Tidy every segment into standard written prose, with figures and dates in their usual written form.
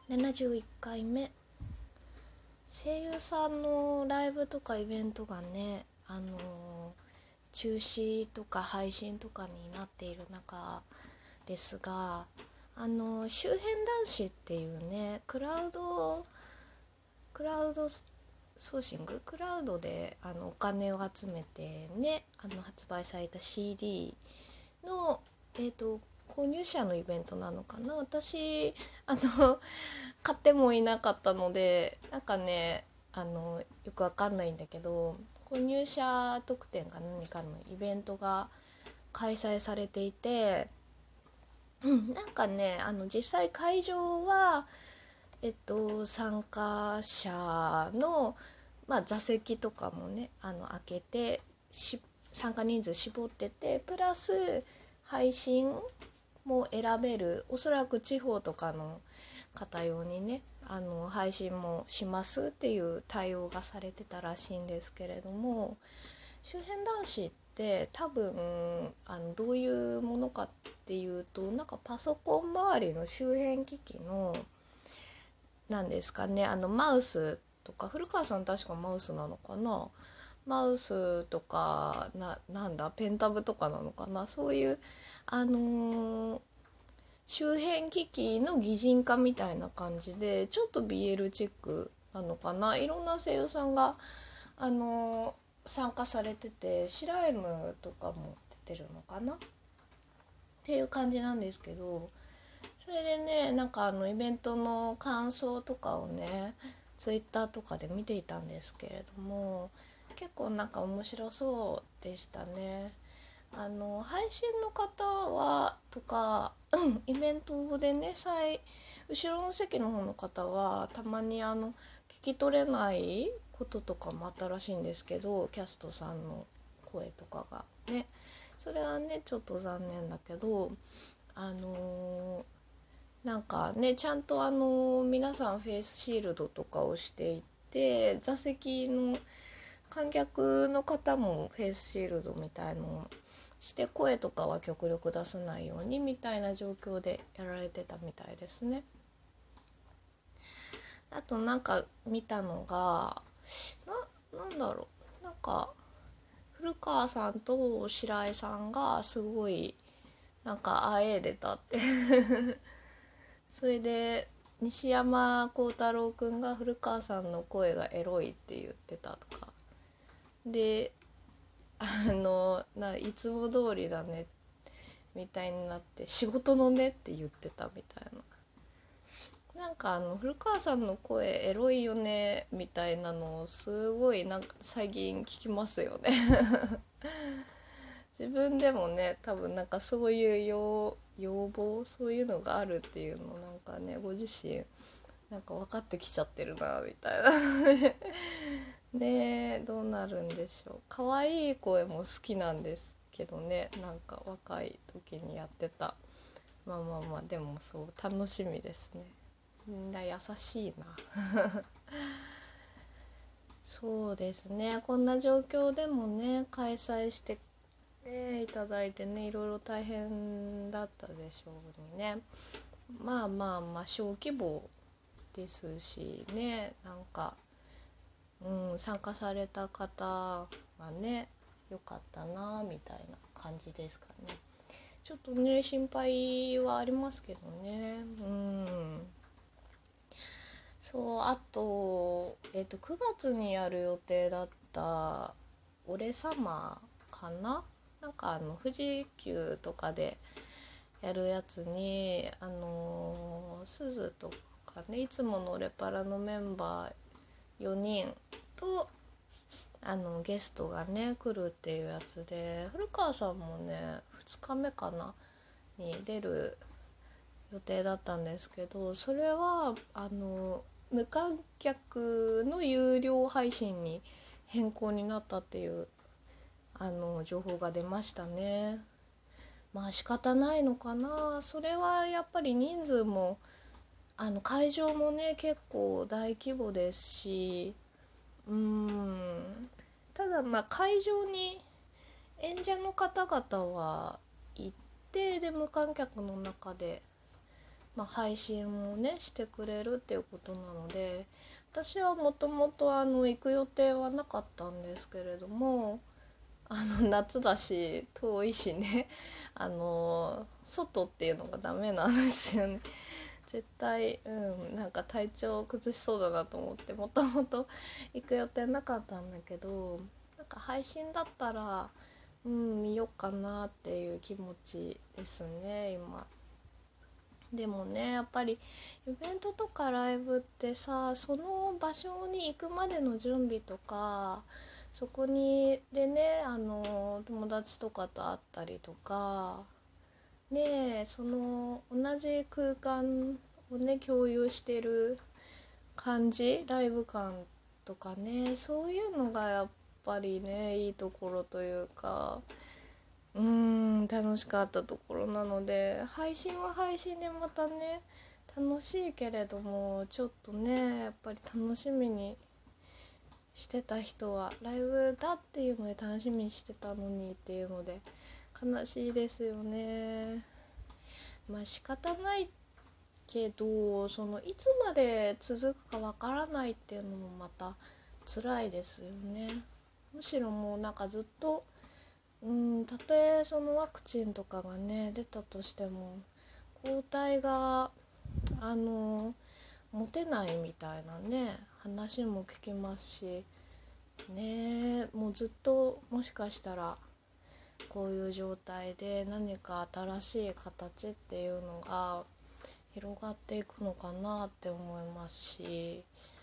71回目。声優さんのライブとかイベントがね、中止とか配信とかになっている中ですが、周辺男子っていうね、クラウドソーシング、クラウドでお金を集めてね、発売された CD の購入者のイベントなのかな。私買ってもいなかったのでなんかねよくわかんないんだけど、購入者特典か何かのイベントが開催されていて、なんかね実際会場は参加者の、座席とかもね開けて参加人数絞ってて、プラス配信も選べる、おそらく地方とかの方用にね配信もしますっていう対応がされてたらしいんですけれども、周辺男子って多分どういうものかっていうと、なんかパソコン周りの周辺機器のなんですかね、マウスとか、古川さん確かマウスなのかな、マウスとかなんだペンタブとかなのかな、そういうあのー周辺機器の擬人化みたいな感じで、ちょっと BL チックなのかな、いろんな声優さんがあの参加されてて、シライムとかも出てるのかなっていう感じなんですけど、それでね、なんかイベントの感想とかをねツイッターとかで見ていたんですけれども、結構なんか面白そうでしたね。配信の方はとか、イベントでね、後ろの席の方の方はたまに聞き取れないこととかもあったらしいんですけど、キャストさんの声とかがね、それはねちょっと残念だけど、あのーなんかねちゃんと皆さんフェイスシールドとかをしていて、座席の観客の方もフェイスシールドみたいのをして声とかは極力出さないようにみたいな状況でやられてたみたいですね。あとなんか見たのがなんだろう、なんか古川さんと白井さんがすごいなんかあえいでたってそれで西山幸太郎くんが古川さんの声がエロいって言ってたとかで、いつも通りだねみたいになって、仕事のねって言ってたみたいな、なんか古川さんの声エロいよねみたいなのをすごいなんか最近聞きますよね自分でもね多分なんかそういう要望そういうのがあるっていうのをなんかねご自身なんか分かってきちゃってるなみたいなね。どうなるんでしょう。可愛い声も好きなんですけどね、なんか若い時にやってた。でもそう楽しみですね。みんな優しいなそうですね、こんな状況でもね開催していただいてね、いろいろ大変だったでしょうにね。小規模ですしね、なんか、参加された方がね良かったなみたいな感じですかね。ちょっとね心配はありますけどね。そう、あと、9月にやる予定だった「俺様」かな、なんか富士急とかでやるやつに鈴とかね、いつものレパラのメンバー4人とゲストがね来るっていうやつで、古川さんもね2日目かなに出る予定だったんですけど、それは無観客の有料配信に変更になったっていう情報が出ましたね。まあ仕方ないのかな。それはやっぱり人数も会場もね結構大規模ですし、ただ会場に演者の方々は行って、で無観客の中で配信もねしてくれるっていうことなので、私はもともと行く予定はなかったんですけれども、夏だし遠いしね、外っていうのがダメなんですよね。絶対、なんか体調を崩しそうだなと思ってもともと行く予定なかったんだけど、なんか配信だったら見ようかなっていう気持ちですね今。でもね、やっぱりイベントとかライブってさ、その場所に行くまでの準備とか、そこにでね、友達とかと会ったりとかね、その同じ空間をね共有してる感じ、ライブ感とかね、そういうのがやっぱりねいいところというか、楽しかったところなので、配信は配信でまたね楽しいけれども、ちょっとねやっぱり楽しみにしてた人はライブだっていうので楽しみにしてたのにっていうので悲しいですよね。仕方ないけど、そのいつまで続くかわからないっていうのもまた辛いですよね。むしろもうなんかずっと、たとえそのワクチンとかがね出たとしても抗体が持てないみたいなね話も聞きますしね、もうずっともしかしたらこういう状態で何か新しい形っていうのが広がっていくのかなって思いますし、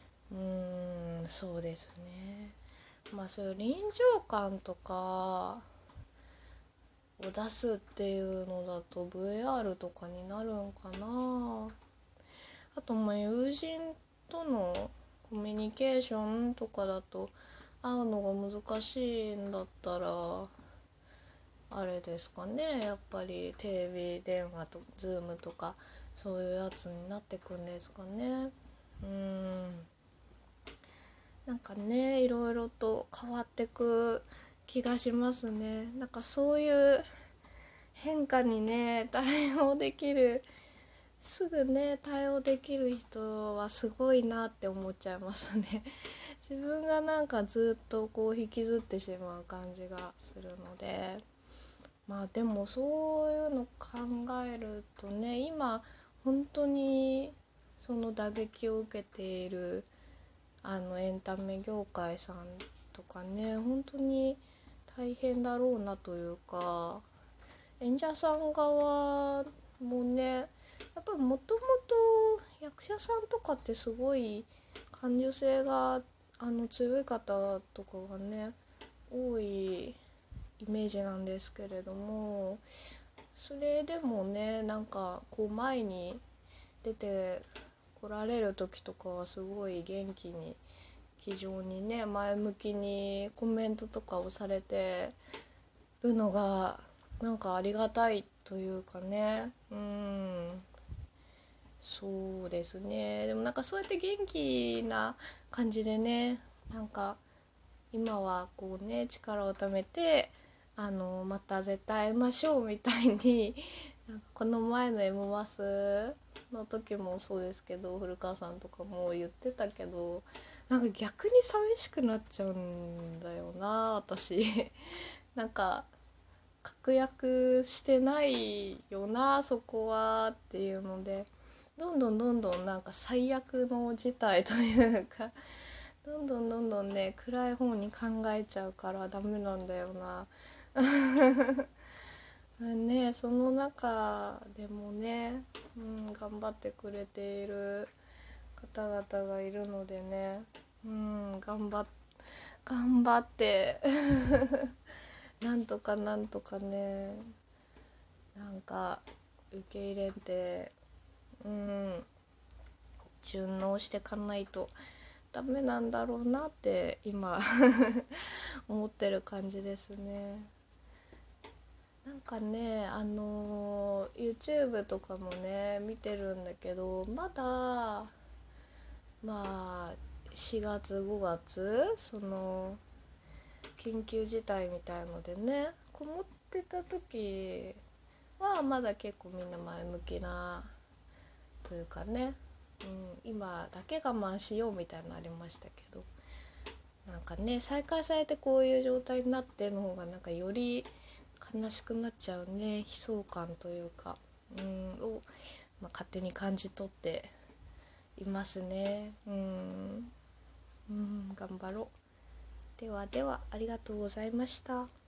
そうですね。そういう臨場感とかを出すっていうのだと VR とかになるんかな。あと友人とのコミュニケーションとかだと会うのが難しいんだったらあれですかね、やっぱりテレビ電話とズームとかそういうやつになってくんですかね。なんかねいろいろと変わってく気がしますね。なんかそういう変化にね対応できる、すぐね対応できる人はすごいなって思っちゃいますね。自分がなんかずっとこう引きずってしまう感じがするので、でもそういうの考えるとね、今本当にその打撃を受けているエンタメ業界さんとかね、本当に大変だろうなというか、演者さん側もね、やっぱりもともと役者さんとかってすごい感受性が強い方とかがね多いイメージなんですけれども、それでもねなんかこう前に出て来られる時とかはすごい元気に気丈にね前向きにコメントとかをされてるのがなんかありがたいというかね、そうですね。でもなんかそうやって元気な感じでね、なんか今はこうね力を貯めてまた絶対会いましょうみたいになんかこの前の M マスの時もそうですけど、古川さんとかも言ってたけど、なんか逆に寂しくなっちゃうんだよな私。なんか確約してないよなそこはっていうので、どんどんなんか最悪の事態というかどんどんね暗い方に考えちゃうからダメなんだよな。ね、その中でもね、頑張ってくれている方々がいるのでね、頑張ってなんとかね、なんか受け入れて、順応してかないとダメなんだろうなって今思ってる感じですね。なんかねYouTube とかもね見てるんだけど、まだ4月5月その緊急事態みたいのでねこもってた時はまだ結構みんな前向きなというかね、今だけ我慢しようみたいなのありましたけど、なんかね再開されてこういう状態になっての方がなんかより悲しくなっちゃうね、悲壮感というか、を、勝手に感じ取っていますね。頑張ろう。ではでは、ありがとうございました。